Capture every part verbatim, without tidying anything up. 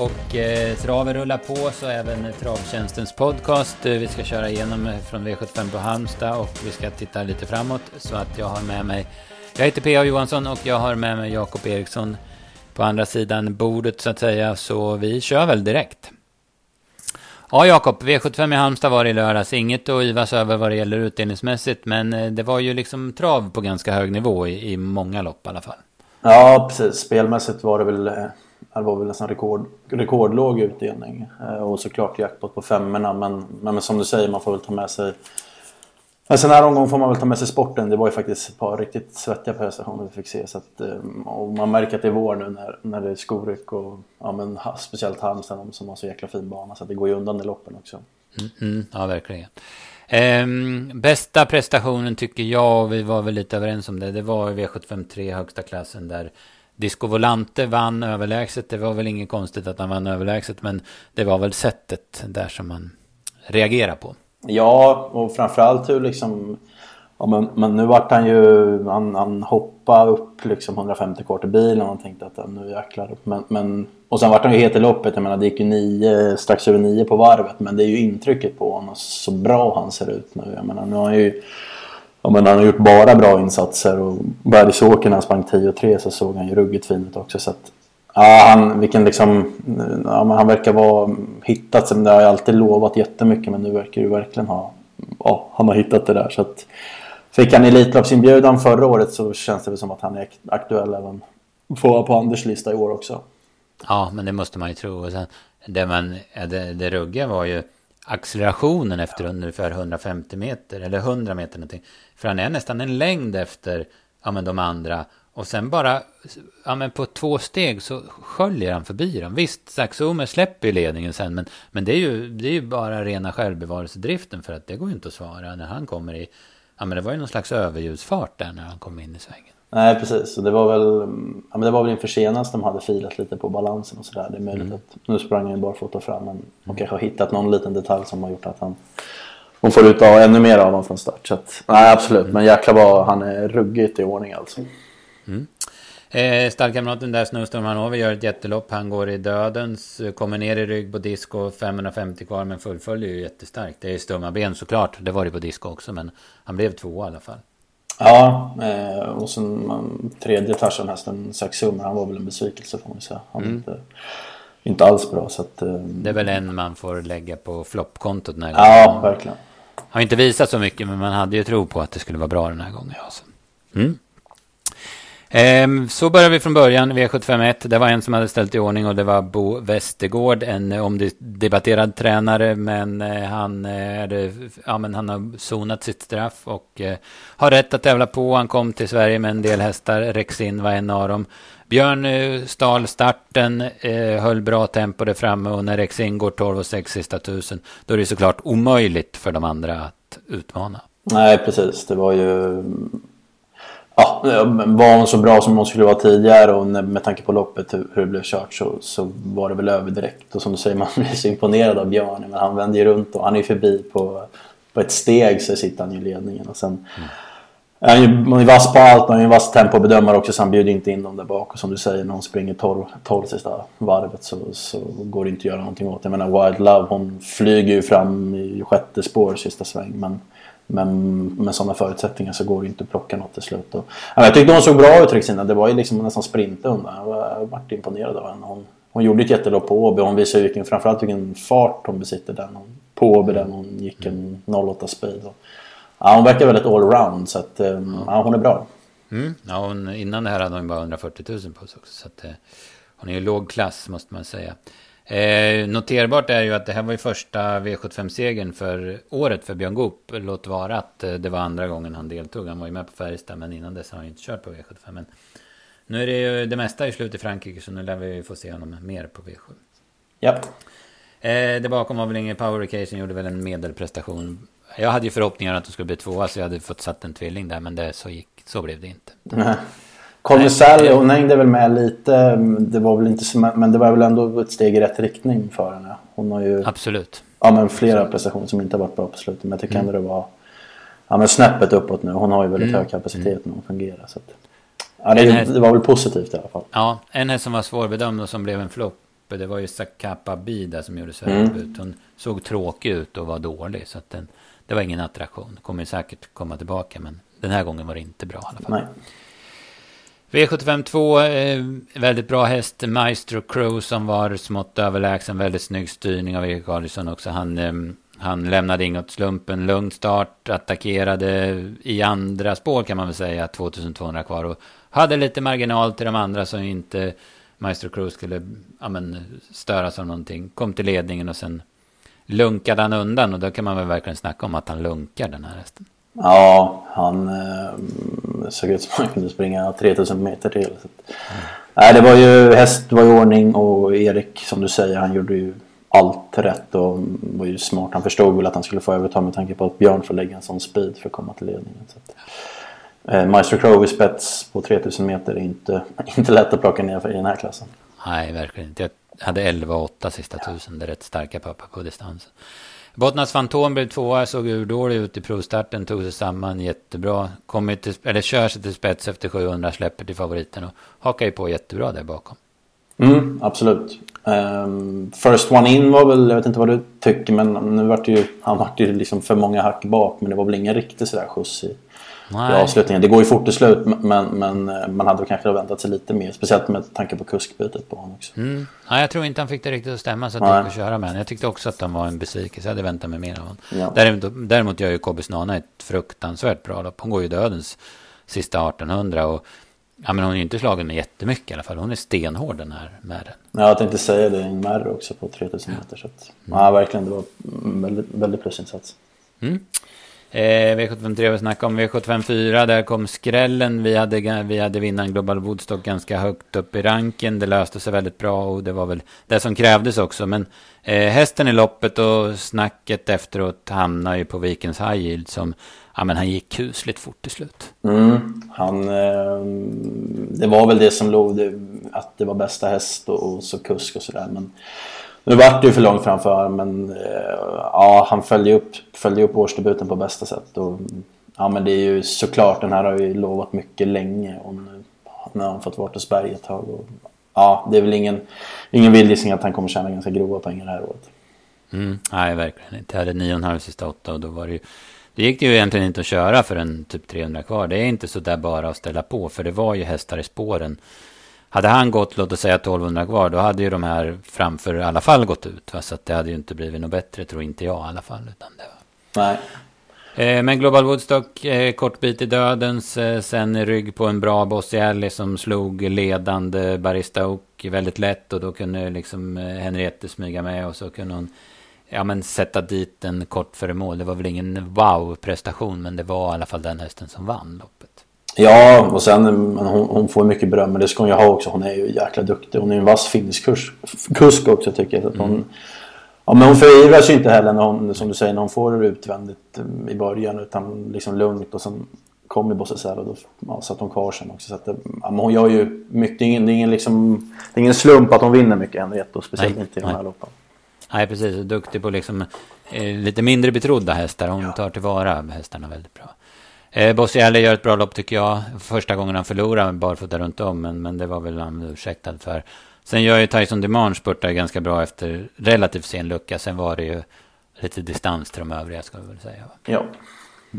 och eh, traven rullar på, så även Travtjänstens podcast. Vi ska köra igenom från V sjuttiofem på Halmstad och vi ska titta lite framåt, så att jag har med mig, jag heter P A Johansson och jag har med mig Jakob Eriksson på andra sidan bordet så att säga, så vi kör väl direkt. Ja Jakob, V sjuttiofem i Halmstad var i lördags, inget att yvas över vad det gäller utdelningsmässigt, men det var ju liksom trav på ganska hög nivå i, i många lopp i alla fall. Ja precis, spelmässigt var det väl, det var väl nästan rekord, rekordlåg utdelning och såklart jackpot på femmorna, men, men som du säger, man får väl ta med sig, men sen här omgång får man väl ta med sig sporten. Det var ju faktiskt ett par riktigt svettiga prestationer vi fick se, så att, och man märker att det är vår nu när, när det är skoryck och ja, men, speciellt Halmstad som har så jäkla fin bana, så att det går ju undan i loppen också. Mm, mm, ja verkligen. ehm, Bästa prestationen tycker jag, och vi var väl lite överens om det, det var V sjuttiofem tre högsta klassen där Disco Volante vann överlägset. Det var väl inget konstigt att han vann överlägset, men det var väl sättet där som man reagerar på. Ja, och framförallt hur liksom, ja, men, men nu vart han ju, han, han hoppade upp liksom hundrafemtio kvar till bilen och han tänkte att nu jäklar upp. Men, men, och sen vart han ju het i loppet, jag menar det gick ju nio, strax över nio på varvet, men det är ju intrycket på honom, så bra han ser ut nu. Jag menar, nu har han ju, ja, men han har gjort bara bra insatser, och Bergsåker när han sprang tio och tre så såg han ju ruggigt fint ut också, så att ja, han, vilken liksom, ja, men han verkar vara hittat, som det har jag alltid lovat jättemycket, men nu verkar ju verkligen ha, ja, han har hittat det där, så att fick han Elitloppsinbjudan förra året så känns det väl som att han är aktuell även få på Anders lista i år också. Ja, men det måste man ju tro. Och sen, det, man, det, det ruggiga var ju accelerationen efter ungefär hundrafemtio meter eller hundra meter någonting, för han är nästan en längd efter, ja, men de andra. Och sen bara, ja, men på två steg så sköljer han förbi dem. Visst, Saxomer släpper i ledningen sen, men, men det, är ju, det är ju bara rena självbevarelsedriften, för att det går ju inte att svara när han kommer i, ja, men det var ju någon slags överljudsfart där när han kom in i svängen. Nej, precis. Så det var väl, ja, men det var väl inför senast de hade filat lite på balansen och sådär. Det är möjligt mm. att nu sprang han bara fota fram, men de kanske har hittat någon liten detalj som har gjort att han hon får ut av ännu mer av dem från start. Så att, nej, absolut. Men jäkla vad han är ruggigt i ordning alltså. Mm. Eh, stallkamraten där, Snowstorm Hanover, gör ett jättelopp. Han går i dödens, kommer ner i rygg på disco, femhundrafemtio kvar, men fullföljer ju jättestarkt. Det är stumma ben såklart, det var det på disco också, men han blev två i alla fall. Ja, eh, och sen man, tredje tarsen hästen Saxomer, han var väl en besvikelse får man säga. Han mm. inte, inte alls bra, så att, eh, det är väl en man får lägga på floppkontot den här ja, gången. Ja, verkligen. Han har inte visat så mycket, men man hade ju tro på att det skulle vara bra den här gången. Alltså. Mm. Ehm, så börjar vi från början. V sjuttiofem ett, det var en som hade ställt i ordning, och det var Bo Westergård, en omdebatterad tränare, men eh, han, eh, ja, men han har sonat sitt straff och eh, har rätt att tävla på. Han kom till Sverige med en del hästar, Rexin var en av dem. Björn eh, stal starten, eh, höll bra tempo där framme, och när Rexin går tolv och sex sista tusen, då är det såklart omöjligt för de andra att utmana. Nej, precis. Det var ju, ja, var hon så bra som hon skulle vara tidigare, och med tanke på loppet hur det blev kört så, så var det väl över direkt. Och som du säger, man blir så imponerad av Björn, men han vänder ju runt och han är förbi på, på ett steg, så sitter han i ledningen, och sen mm. han är, man är vass på allt, man är en vass tempobedömare också, så han bjuder inte in dem där bak, och som du säger, när hon springer tolv sista varvet så, så går det inte att göra någonting åt. Jag menar, Wild Love, hon flyger ju fram i sjätte spår sista sväng, men Men med sådana förutsättningar så går det inte att plocka något till slut. Och, ja, jag tyckte hon såg bra ut, Rexina. Det var ju liksom nästan sprinta undan. Jag var, jag var imponerad av henne. Hon, hon gjorde ett jättelopp på Åby. Hon visade vilken, framförallt vilken fart hon besitter där. Hon, på Åby där hon gick en noll åtta speed. Och, ja, hon verkar väldigt allround, så att, ja, hon är bra. Mm. Ja, hon, innan det här hade hon bara hundrafyrtio tusen på sig också. Så att, hon är ju låg klass måste man säga. Eh, noterbart är ju att det här var ju första V sjuttiofem-segern för året för Björn Goop. Låt vara att eh, det var andra gången han deltog. Han var ju med på Färjestad, men innan dess har han ju inte kört på V sjuttiofem. Men nu är det ju det mesta i slut i Frankrike, så nu lär vi få se honom mer på V sju. Ja. Eh, det bakom var väl ingen Power Occasion, gjorde väl en medelprestation. Jag hade ju förhoppningar att de skulle bli tvåa, så jag hade fått satt en tvilling där, men det så gick, så blev det inte. Nej. Colmesal, hon hängde väl med lite, det var väl inte så, men det var väl ändå ett steg i rätt riktning för henne. Hon har ju absolut. Ja, men flera prestationer som inte har varit bra på slutet, men jag tycker mm. ändå det var, ja, men snäppet uppåt nu. Hon har ju väldigt mm. hög kapacitet mm. när hon fungerar, så att, ja, det, här, det var väl positivt i alla fall. Ja, en här som var svårbedömd och som blev en flopp uppe. Det var ju Sakapa Bida som gjorde Sverigebut. Mm. Hon såg tråkig ut och var dålig. Så att den, det var ingen attraktion. Kommer ju säkert komma tillbaka. Men den här gången var det inte bra i alla fall. Nej. V sjuttiofem två, eh, väldigt bra häst. Maestro Crow som var smått överlägsen. Väldigt snygg styrning av Erik Karlsson också. Han, eh, han lämnade inåt slumpen. Lugn start. Attackerade i andra spår kan man väl säga. tvåtusentvåhundra kvar. Och hade lite marginal till de andra som inte Maestro Crow skulle ja, men, störas av någonting. Kom till ledningen och sen lunkade han undan. Och då kan man väl verkligen snacka om att han lunkar den här hästen. Ja, han eh, såg ut som han kunde springa tre tusen meter till. Så att, mm. Nej, det var ju, häst var i ordning och Erik, som du säger, han gjorde ju allt rätt och var ju smart. Han förstod väl att han skulle få överta med tanke på att Björn får lägga en sån speed för att komma till ledningen. Så att, eh, Maestro Crow i spets på tre tusen meter är inte, inte lätt att plocka ner för i den här klassen. Nej, verkligen inte. Jag hade elva åtta sista ja. tusen, det är rätt starka pappa på distansen. Bottnas Fantom blev tvåa, såg urdålig ut i provstarten, tog sig samman jättebra. Kommit till, eller kör sig till spets efter sjuhundra, släpper till favoriten och hakar ju på jättebra där bakom. Mm, absolut. Um, first one in var väl, jag vet inte vad du tycker, men nu vart ju, han vart ju liksom för många hack bak, men det var väl ingen riktigt sådär skjuts i, i avslutningen. Det går ju fort till slut, men, men man hade kanske väntat sig lite mer, speciellt med tanke på kuskbytet på honom också. Mm. Ja, jag tror inte han fick det riktigt att stämma så att det gick att köra med. Jag tyckte också att han var en besvikelse. Jag hade väntat mig mer av honom. Ja. Däremot, däremot gör ju Kobbis Nana ett fruktansvärt bra lopp. Hon går ju dödens sista artonhundra och ja, men hon är ju inte slagen med jättemycket i alla fall. Hon är stenhård den här Märren. Ja, jag tänkte säga det, en Märre också på tre tusen meter. Så att, mm. ja, verkligen, det var en väldigt, väldigt plusinsats. Mm. Eh, V sjuttiofem tre vi snackade om. V sjuttiofem fyra, där kom skrällen. Vi hade, vi hade vinnaren Global Woodstock ganska högt upp i ranken. Det löste sig väldigt bra och det var väl det som krävdes också. Men eh, hästen i loppet och snacket efteråt hamnade ju på Vikens High Yield som, ja men han gick kusligt fort till slut. Mm, han, eh, det var väl det som låg, det, att det var bästa häst och, och så kusk och sådär, men nu var det ju för långt framför, men eh, ja, han följde upp, följde upp årsdebuten på bästa sätt. Och, ja, men det är ju såklart, den här har ju lovat mycket länge och nu, nu har han fått vara hos Berg ett tag. Och, ja, det är väl ingen, ingen vildgissning att han kommer tjäna ganska grova pengar det här året. Mm, nej, verkligen inte. Jag hade nio och en halv sista åtta och då var det ju, det gick det ju egentligen inte att köra för en typ trehundra kvar. Det är inte så där bara att ställa på, för det var ju hästar i spåren. Hade han gått, låt oss säga tolvhundra kvar, då hade ju de här framför i alla fall gått ut. Va? Så att det hade ju inte blivit något bättre, tror inte jag i alla fall. Utan det var... Nej. Eh, men Global Woodstock, eh, kort bit i dödens, eh, sen rygg på en bra Bossy Alley som slog ledande Barista Oak väldigt lätt. Och då kunde liksom eh, Henriette smyga med och så kunde hon ja, men sätta dit en kort före mål. Det var väl ingen wow-prestation, men det var i alla fall den hästen som vann loppet. Ja, och sen hon, hon får mycket beröm, men det ska hon ju ha också. Hon är ju jäkla duktig. Hon är ju en vass finsk kusk också, tycker jag. Att hon, mm. ja, men hon förivras ju inte heller när hon, som du säger, när hon får det utvändigt i början, utan liksom lugnt, och sen kommer Bosse så här och då ja, satt hon kvar sen också. Så att, ja, men hon gör ju mycket, det är ingen, det är ingen, liksom, det är ingen slump att hon vinner mycket, Henriette, och speciellt nej, inte i de här loppen. Nej, precis. Duktig på liksom, eh, lite mindre betrodda hästar. Hon ja. tar tillvara hästarna väldigt bra. Eh, Bossy Alley gör ett bra lopp, tycker jag. Första gången han förlorar barfota runt om, men, men det var väl han ursäktad för. Sen gör ju Tyson Demange spurtar ganska bra efter relativt sen lucka. Sen var det ju lite distans till de övriga, ska vi väl säga. Va? Ja. Mm.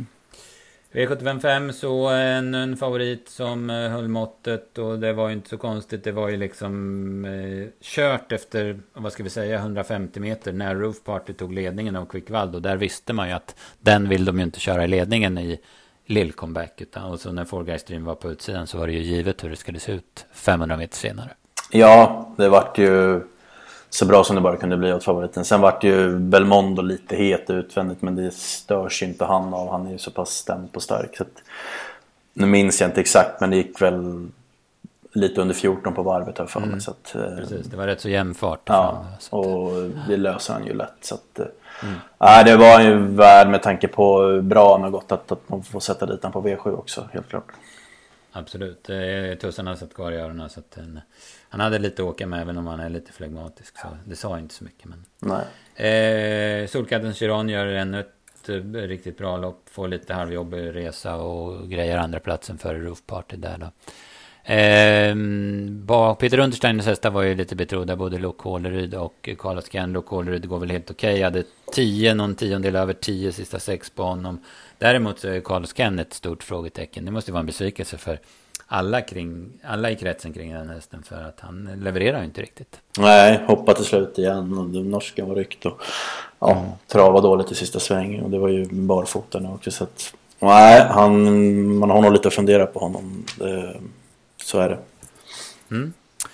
V sjuttiofem fem så en, en favorit som eh, höll måttet, och det var ju inte så konstigt. Det var ju liksom eh, kört efter, vad ska vi säga, hundrafemtio meter när Roof Party tog ledningen av Quickvald, och där visste man ju att den vill de ju inte köra i ledningen i Lill comeback, utan och så när Four Guys Dream var på utsidan så var det ju givet hur det skulle se ut femhundra meter senare. Ja, det vart ju så bra som det bara kunde bli åt favoriten. Sen vart ju Belmondo lite het utvändigt, men det störs inte han av. Han är ju så pass stämd på stark. Så att, nu minns jag inte exakt, men det gick väl lite under fjorton på varvet här för mig. Mm. Så att, precis, det var rätt så jämn fart. Ja, fram, och det löser han ju lätt. Så att, mm. äh, det var ju värd med tanke på bra han har gått att, att man får sätta dit han på V sju också, helt klart. Absolut, tussen har satt kvar i öronen, så att en, han hade lite att åka med, även om han är lite flegmatisk, så det sa inte så mycket. Men. Nej. Eh, Solkattens Chiron gör ännu ett eh, riktigt bra lopp, får lite halvjobbig resa och grejer andra platsen för Roof Party där då. Ehm, Peter Untersteiners hästar var ju lite betrodda, både Lock Håleryd och Carlos Can. Lock Håleryd går väl helt okej. Okay. Hade tio, någon tiondel över tio sista sex på honom. Däremot så är Carlos Can ett stort frågetecken. Det måste vara en besvikelse för alla, kring, alla i kretsen kring den hästen, för att han levererar ju inte riktigt. Nej, hoppa till slut igen och den norska var ryckt och ja, mm. trava dåligt i sista svängen och det var ju barfotarna också, så att nej, han, man har nog lite att fundera på honom. Det, så är det. Mm.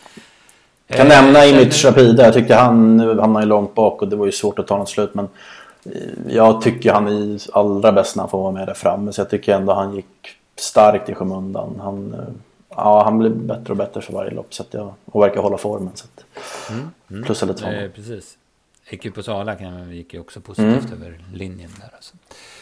Jag kan eh, nämna Image Rapida. Jag tyckte han hamnade långt bak och det var ju svårt att ta något slut, men jag tycker han är allra bäst när han får vara med där framme, så jag tycker ändå han gick starkt i skymundan. Han, ja, han blir bättre och bättre för varje lopp, så att jag, och verkar hålla formen, så att mm. Mm. plus eller två. Eh, precis. Equipo Sala kan man gick ju också positivt mm. över linjen där alltså.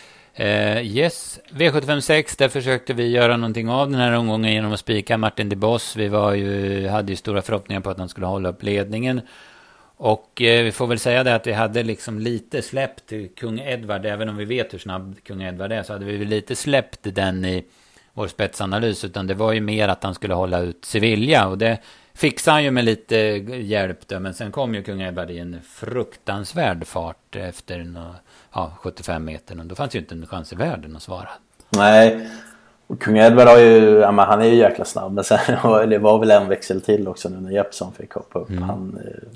Uh, yes, V sjuttiofem sex, där försökte vi göra någonting av den här omgången genom att spika Martin de Boss. Vi var ju, hade ju stora förhoppningar på att han skulle hålla upp ledningen. Och uh, vi får väl säga det att vi hade liksom lite släppt Kung Edvard, även om vi vet hur snabb Kung Edvard är, så hade vi väl lite släppt den i vår spetsanalys, utan det var ju mer att han skulle hålla ut Sevilla, och det fixade han ju med lite hjälp då, men sen kom ju Kung Edvard i en fruktansvärd fart efter en, ja, sjuttiofem meter, och då fanns ju inte en chans i världen att svara. Nej, och Kung Edvard har ju, ja, men han är ju jäkla snabb, men sen det var väl en växel till också nu när Jeppson fick hoppa upp. Mm. Han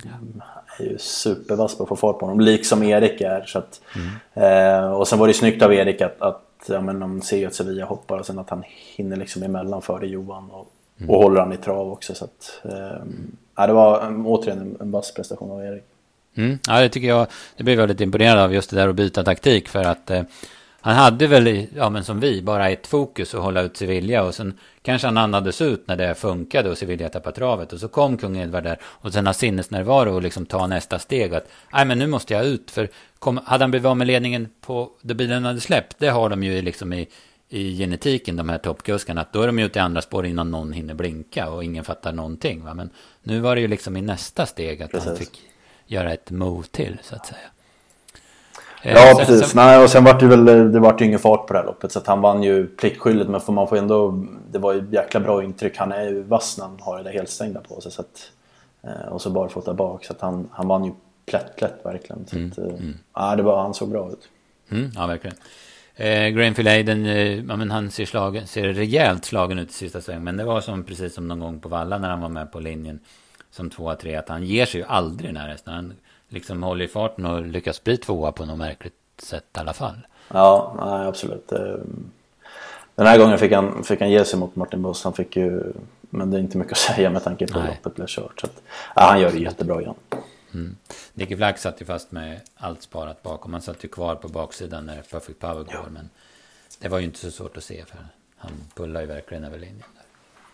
är ju supervass på att få fart på honom, liksom Erik är, så att, mm. eh, och sen var det snyggt av Erik att, att ja, men de ser ju att Sevilla hoppar och sen att han hinner liksom emellan före Johan och Mm. och håller han i trav också, så att eh, ja, det var um, återigen en, en vass prestation av Erik. Mm. Ja, det tycker jag, det blev väldigt imponerad av, just det där att byta taktik, för att eh, han hade väl, ja men som vi, bara ett fokus att hålla ut Sevilla, och sen kanske han andades ut när det funkade och Sevilla tappade travet, och så kom Kung Edvard där och sen har sinnesnärvaro och liksom ta nästa steg att, nej men nu måste jag ut, för kom, hade han blivit av med ledningen på då bilen hade släppt, det har de ju liksom i i genetiken, de här toppkuskarna, att då är de ju ute i andra spår innan någon hinner blinka och ingen fattar någonting, va? Men nu var det ju liksom i nästa steg att Precis. han fick göra ett move till, så att säga. Ja, eh, precis. Så... Nej, och sen var det väl, det var ju ingen fart på det här loppet, så att han vann ju pliktskyldigt, men för man får ändå, det var ju jäkla bra intryck. Han är ju vass när han har det där helt stängda på sig, så att, och så bara fota bak, så att han, han vann ju plätt, plätt verkligen. Så mm. att, mm. ja, det var, han såg bra ut. Mm, ja, verkligen. Eh, Grainfield Aiden, eh, ja, men han ser, slagen, ser rejält slagen ut i sista sväng, men det var som precis som någon gång på Valla när han var med på linjen som tvåa, tre, att han ger sig ju aldrig när hästen. Han liksom håller i farten och lyckas bli tvåa på något märkligt sätt i alla fall. Ja, nej, absolut. Den här gången fick han, fick han ge sig mot Martin Buss. Han fick ju, men det är inte mycket att säga med tanke på att loppet blev kört. Så att, ja, han gör det jättebra igen. Mm. Nicky Flack satt ju fast med allt sparat bakom. Han satt ju kvar på baksidan när Perfect Power går, ja. Men det var ju inte så svårt att se, för han pullar ju verkligen över linjen där.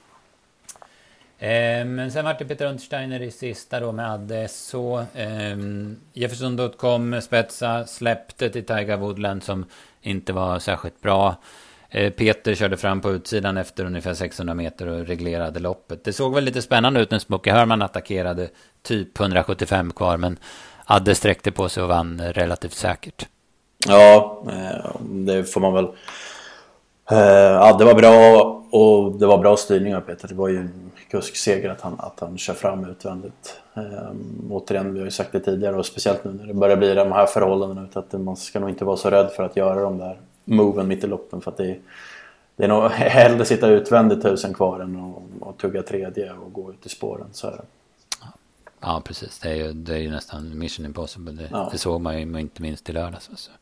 Eh, men sen var det Peter Untersteiner i sista då med Adde så eh, Jefferson punkt com spetsa släppte till Tiger Woodland som inte var särskilt bra. eh, Peter körde fram på utsidan efter ungefär sexhundra meter och reglerade loppet. Det såg väl lite spännande ut när Smokey Herman attackerade typ hundrasjuttiofem kvar, men Adde sträckte på sig och vann relativt säkert. Ja, det får man väl. Ja, det var bra och det var bra styrning av Peter. Det var ju en kuskseger att han, att han kör fram utvändigt. Um, återigen, vi har ju sagt det tidigare och speciellt nu när det börjar bli de här förhållandena, att man ska nog inte vara så rädd för att göra de där moven mitt i loppen, för att det är, det är nog hellre sitta utvändigt tusen kvar än att, att tugga tredje och gå ut i spåren, så är det. Ja, precis. Det är ju, det är ju nästan mission impossible. Det, ja. Det såg man ju inte minst i lördags. Alltså.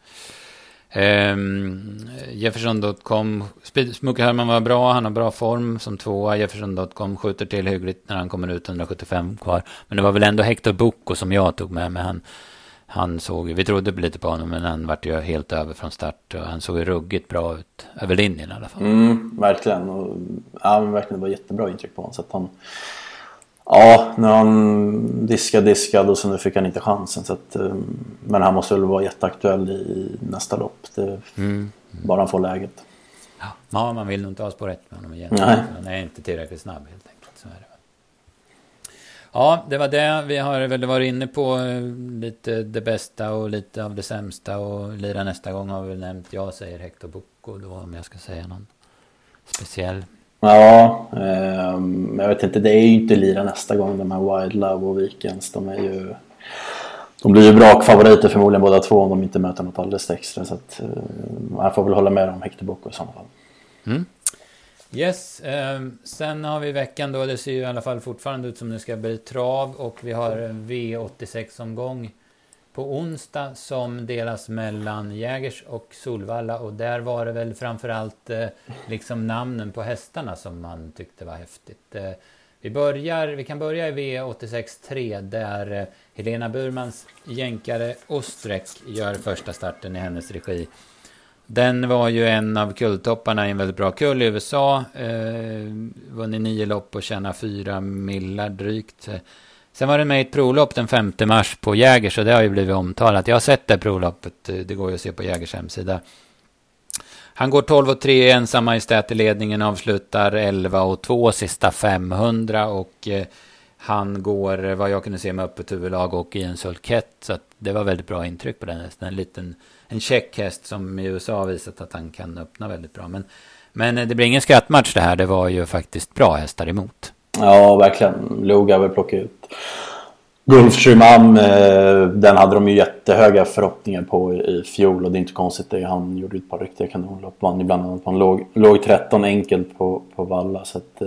Um, Jefferson punkt com Smokey Herman var bra, han har bra form som tvåa. Jefferson punkt com skjuter till hyggligt när han kommer ut hundrasjuttiofem kvar, men det var väl ändå Hector Bocco som jag tog med mig. Han, han såg, vi trodde lite på honom, men han var ju helt över från start och han såg ju ruggigt bra ut över linjen i alla fall. Mm, verkligen. Och, ja, men verkligen, det var jättebra intryck på honom, så att han, ja, när han diskade, diskade och så nu fick han inte chansen, så att, men han måste väl vara jätteaktuell i nästa lopp. Det, mm. Mm. Bara han får läget. Ja, ja, man vill nog inte ha spår rätt med honom igen. Nej. Han är inte tillräckligt snabb helt enkelt. Så är det. Ja, det var det. Vi har väl varit inne på lite det bästa och lite av det sämsta, och lira nästa gång har vi väl nämnt, jag säger Hector Bocco då, om jag ska säga någon speciell. Ja, eh, jag vet inte, det är ju inte lira nästa gång, de här Wild Love och Weekends. De är ju, de blir ju bra favoriter förmodligen båda två om de inte möter något alldeles extra. Så att, eh, jag får väl hålla med om Hector Bocco i sådana fall. Mm. Yes, eh, sen har vi veckan då, det ser ju i alla fall fortfarande ut som det ska bli trav, och vi har en V åttiosex-omgång på onsdag som delas mellan Jägers och Solvalla, och där var det väl framförallt eh, liksom namnen på hästarna som man tyckte var häftigt. Eh, vi, börjar, vi kan börja i V åttiosex tre där eh, Helena Burmans jänkare Ostrek gör första starten i hennes regi. Den var ju en av kulltopparna i en väldigt bra kull i U S A. Eh, vunnit nio lopp och tjänar fyra millar drygt. Sen var det med ett prolopp den femte mars på Jägers, och det har ju blivit omtalat. Jag har sett det proloppet, det går ju att se på Jägers hemsida. Han går tolv och tre ensam majestät i ledningen, avslutar elva och två sista femhundra, och eh, han går, vad jag kunde se, med öppet huvudlag och i en sulkett, så att det var väldigt bra intryck på den hästen. En liten en checkhäst som i U S A har visat att han kan öppna väldigt bra. Men, men det blir ingen skrattmatch det här, det var ju faktiskt bra hästar emot. Ja, verkligen. Loga vill plocka ut Gulfstream Am, den hade de ju jättehöga förhoppningar på i fjol, och det är inte konstigt det. Han gjorde ett par riktiga kanonlopp, vann ibland annat på en låg, låg tretton enkelt på, på Valla, så att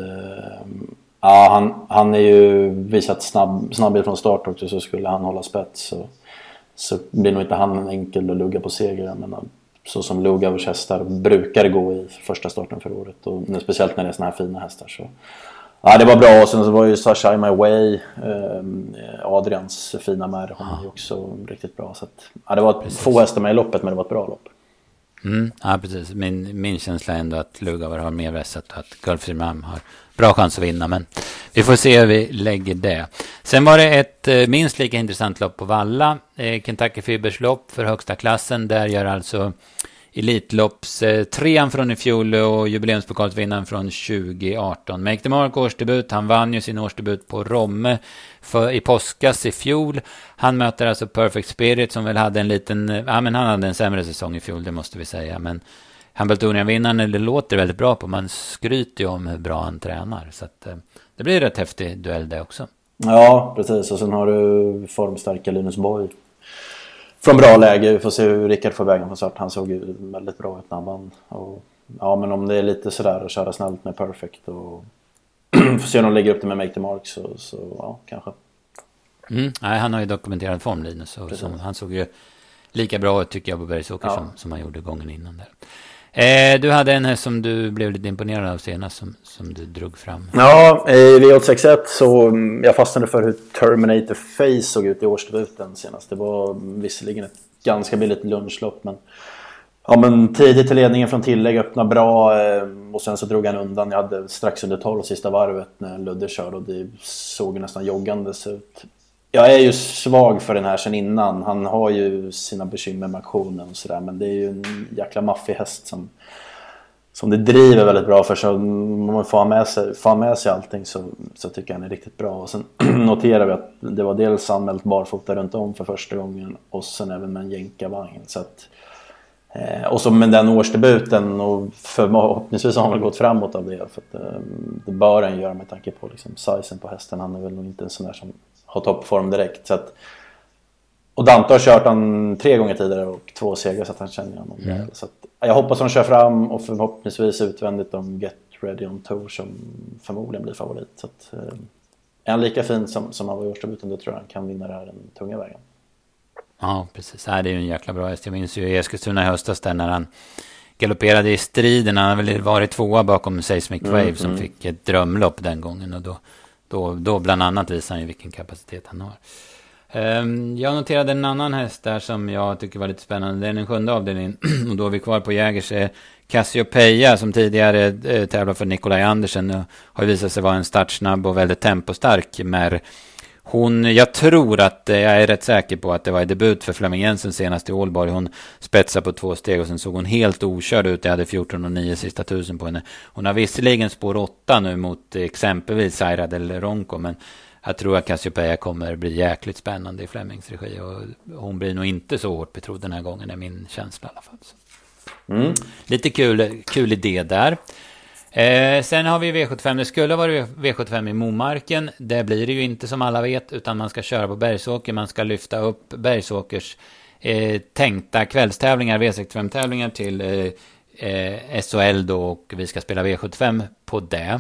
ja, han, han är ju visat snabb, snabbhet från start också, så skulle han hålla spets så, så blir nog inte han en enkel att lugga på seger. Men så som Lugavers hästar brukar gå i första starten för året, och speciellt när det är såna här fina hästar, så ja, det var bra. Och sen så var ju Sasha My Way, eh, Adrians fina mär, hon är ju också riktigt bra. Så att, ja, det var ett få hästar med i loppet, men det var ett bra lopp. Mm, ja, precis. Min, min känsla är ändå att Lugavar har mer vässat och att Gulfstream har bra chans att vinna. Men vi får se hur vi lägger det. Sen var det ett eh, minst lika intressant lopp på Valla. Eh, Kentucky Fibbers lopp för högsta klassen. Där gör alltså Elitlopps eh, trean från i fjol och jubileumspokalsvinnaren från tjugo arton. Make the Mark årsdebut. Han vann ju sin årsdebut på Romme för, i påskas i fjol. Han möter alltså Perfect Spirit som väl hade en liten, ja men han hade en sämre säsong i fjol, det måste vi säga. Men Hambletonian-vinnaren, det låter väldigt bra på. Man skryter ju om hur bra han tränar. Så att, eh, det blir en rätt häftig duell det också. Ja, precis. Och sen har du formstarka Linus Borg från bra läge. Vi får se hur Rickard får vägen från start. Han såg ju väldigt bra ut när han vann. Och, ja, men om det är lite sådär att köra snällt med Perfect och får se om de lägger upp det med Make the Mark, så, så ja, kanske. Mm. Nej, han har ju dokumenterat form, Linus. Och som, han såg ju lika bra ut tycker jag på Bergsåker, ja, som, som han gjorde gången innan där. Eh, du hade en här som du blev lite imponerad av senast som, som du drog fram. Ja, i V åttiosex så jag fastnade för hur Terminator Face såg ut i årsdebuten senast. Det var visserligen ett ganska billigt lunchlopp, men ja, men tidigt till ledningen från tillägg, öppna bra, och sen så drog han undan. Jag hade strax under tolv sista varvet när Ludde körde, och det såg nästan joggandes ut. Jag är ju svag för den här sen innan. Han har ju sina bekymmer med aktionen och sådär, men det är ju en jäkla maffig häst som, som det driver väldigt bra för. Så om man får ha med sig, får ha med sig allting, så, så tycker jag han är riktigt bra. Och sen noterar vi att det var dels anmält barfota runt om för första gången, och sen även med en jänkarvagn. Så att, eh, och så med den årsdebuten, och förhoppningsvis har han väl gått framåt av det, för att, eh, det bör han göra med tanke på liksom sizen på hästen. Han är väl nog inte en sån där som har toppform direkt. Så att, och Dante har kört han tre gånger tidigare och två segrar, så att han känner honom väl. Mm. Så att, jag hoppas att de kör fram, och förhoppningsvis utvändigt om Get Ready on Tour som förmodligen blir favorit. Så att, eh, är han lika fin som, som han var i årsdebuten, då tror jag han kan vinna det här den tunga vägen. Ja, precis. Det är ju en jäkla bra häst. Jag minns ju i Eskilstuna i höstas där när han galopperade i striden. Han har väl varit tvåa bakom Seismic Wave, mm, som mm. fick ett drömlopp den gången, och då Då, då bland annat visar han ju vilken kapacitet han har. Um, jag noterade en annan häst där som jag tycker var lite spännande. Det är den sjunde avdelningen. Och då är vi kvar på Jägers. Cassiopeia, som tidigare eh, tävlade för Nikolaj Andersen, och har visat sig vara en startsnabb och väldigt tempostark. Men hon, jag tror att, jag är rätt säker på att det var i debut för Flemming Jensen senast i Ålborg. Hon spetsade på två steg och sen såg hon helt okörd ut. Jag hade fjorton och nio sista tusen på henne. Hon har visserligen spår åtta nu mot exempelvis Zaira del Ronco, men jag tror att Cassiopeia kommer bli jäkligt spännande i Flemmings regi, och hon blir nog inte så hårt betrodd den här gången, är min känsla i alla fall. Mm. Lite kul, kul idé där. Eh, sen har vi V sjuttiofem. Det skulle vara V sjuttiofem i Momarken. Det blir det ju inte som alla vet, utan man ska köra på Bergsåker. Man ska lyfta upp Bergsåkers eh, tänkta kvällstävlingar, V sextiofem-tävlingar till eh, eh, S H L då, och vi ska spela V sjuttiofem på det.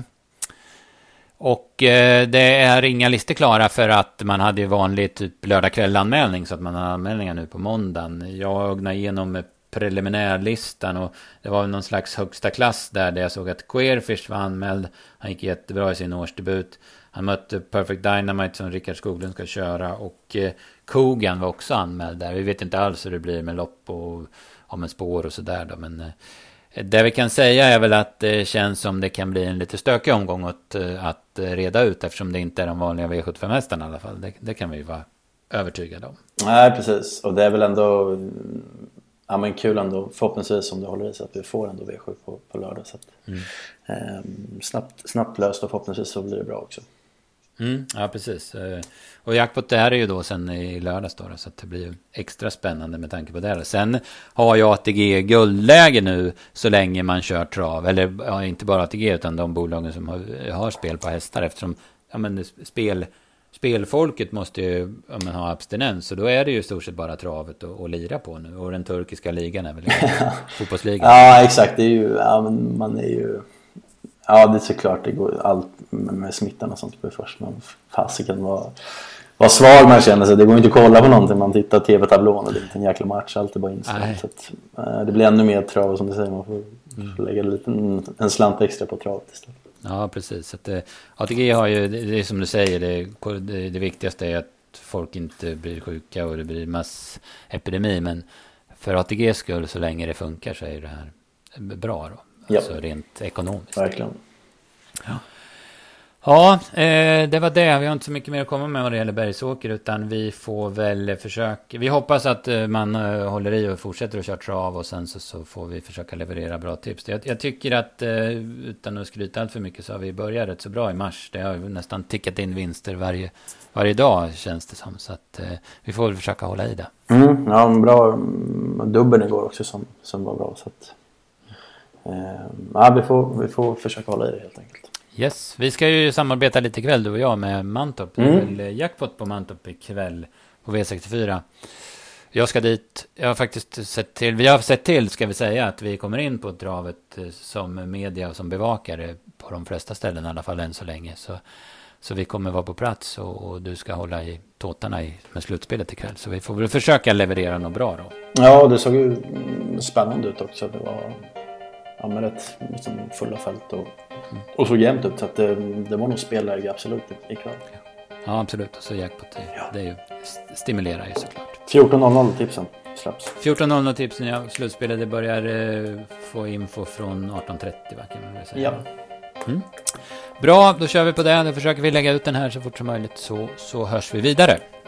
Och eh, det är inga listor klara för att man hade ju vanlig typ lördagskvällanmälning, så att man har anmälningar nu på måndagen. Jag ögnade igenom preliminärlistan och det var någon slags högsta klass där, där jag såg att Queerfish var anmäld. Han gick jättebra i sin årsdebut. Han mötte Perfect Dynamite som Rickard Skoglund ska köra, och eh, Kogan var också anmäld där. Vi vet inte alls hur det blir med lopp och om en spår och sådär då, men eh, det vi kan säga är väl att det känns som det kan bli en lite stökig omgång att, att reda ut, eftersom det inte är de vanliga V sjuttiofem-hästarna i alla fall. Det, det kan vi vara övertygade om. Nej, precis. Och det är väl ändå ja, men kul ändå, förhoppningsvis om det håller i sig, att vi får ändå V sju på, på lördag. Så att, mm. eh, snabbt, snabbt löst, och förhoppningsvis så blir det bra också. Mm, ja, precis. Och jackpot det här är ju då sen i lördags då, så att det blir extra spännande med tanke på det. Sen har jag A T G guldläge nu så länge man kör trav. Eller ja, inte bara A T G utan de bolagen som har, har spel på hästar, eftersom ja, men spel, spelfolket måste ju ja, men ha abstinens. Så då är det ju i stort sett bara travet att lira på nu. Och den turkiska ligan är väl fotbollsligan. Ja, exakt. Det är ju, ja, men man är ju... Ja, det är såklart, det går allt med smittan och sånt på först, men fasiken var, var svag man känner sig. Det går inte att kolla på någonting, man tittar på tv-tablån och det är inte en jäkla match, allt är bara inställt. Så att, äh, det blir ännu mer trav, som du säger, man får, mm. får lägga lite, en, en slant extra på travet istället. Ja, precis. Så att, äh, A T G har ju, det, det är som du säger, det, det, det viktigaste är att folk inte blir sjuka och det blir massepidemi, men för A T G:s skull, så länge det funkar, så är det här bra då. Alltså rent ekonomiskt. Verkligen. Ja, ja eh, det var det. Vi har inte så mycket mer att komma med vad det gäller Bergsåker, utan vi får väl försöka. Vi hoppas att eh, man eh, håller i och fortsätter att köra trav, och sen så, så får vi försöka leverera bra tips. Jag, jag tycker att eh, utan att skryta allt för mycket, så har vi börjat rätt så bra i mars. Det har nästan tickat in vinster varje, varje dag, känns det som. Så att eh, vi får väl försöka hålla i det. Mm, ja, en bra dubbel igår också som, som var bra, så att ja, vi får, vi får försöka hålla i det helt enkelt. Yes, vi ska ju samarbeta lite ikväll, du och jag, med Mantorp. Mm. Det är väl jackpot på Mantorp ikväll på V sextiofyra. Jag ska dit. Jag har faktiskt sett till, vi har sett till, ska vi säga, att vi kommer in på travet som media och som bevakare på de flesta ställen, i alla fall än så länge. Så, så vi kommer vara på plats, och, och du ska hålla i tåtarna i, med slutspelet ikväll. Så vi får väl försöka leverera något bra då. Ja, det såg ju spännande ut också. Det var... Ja, men rätt liksom fulla fält och, och så jämnt upp, så att det, det var nog spelläge absolut ikväll. Ja, absolut. Och så jackpot, det, ja. Det är ju, stimulerar ju såklart. fjorton noll noll tipsen släpps. fjorton noll noll tipsen, ja. Slutspelet, det börjar eh, få info från arton trettio, va, kan man väl säga. Ja. Mm. Bra, då kör vi på det. Då försöker vi lägga ut den här så fort som möjligt, så, så hörs vi vidare.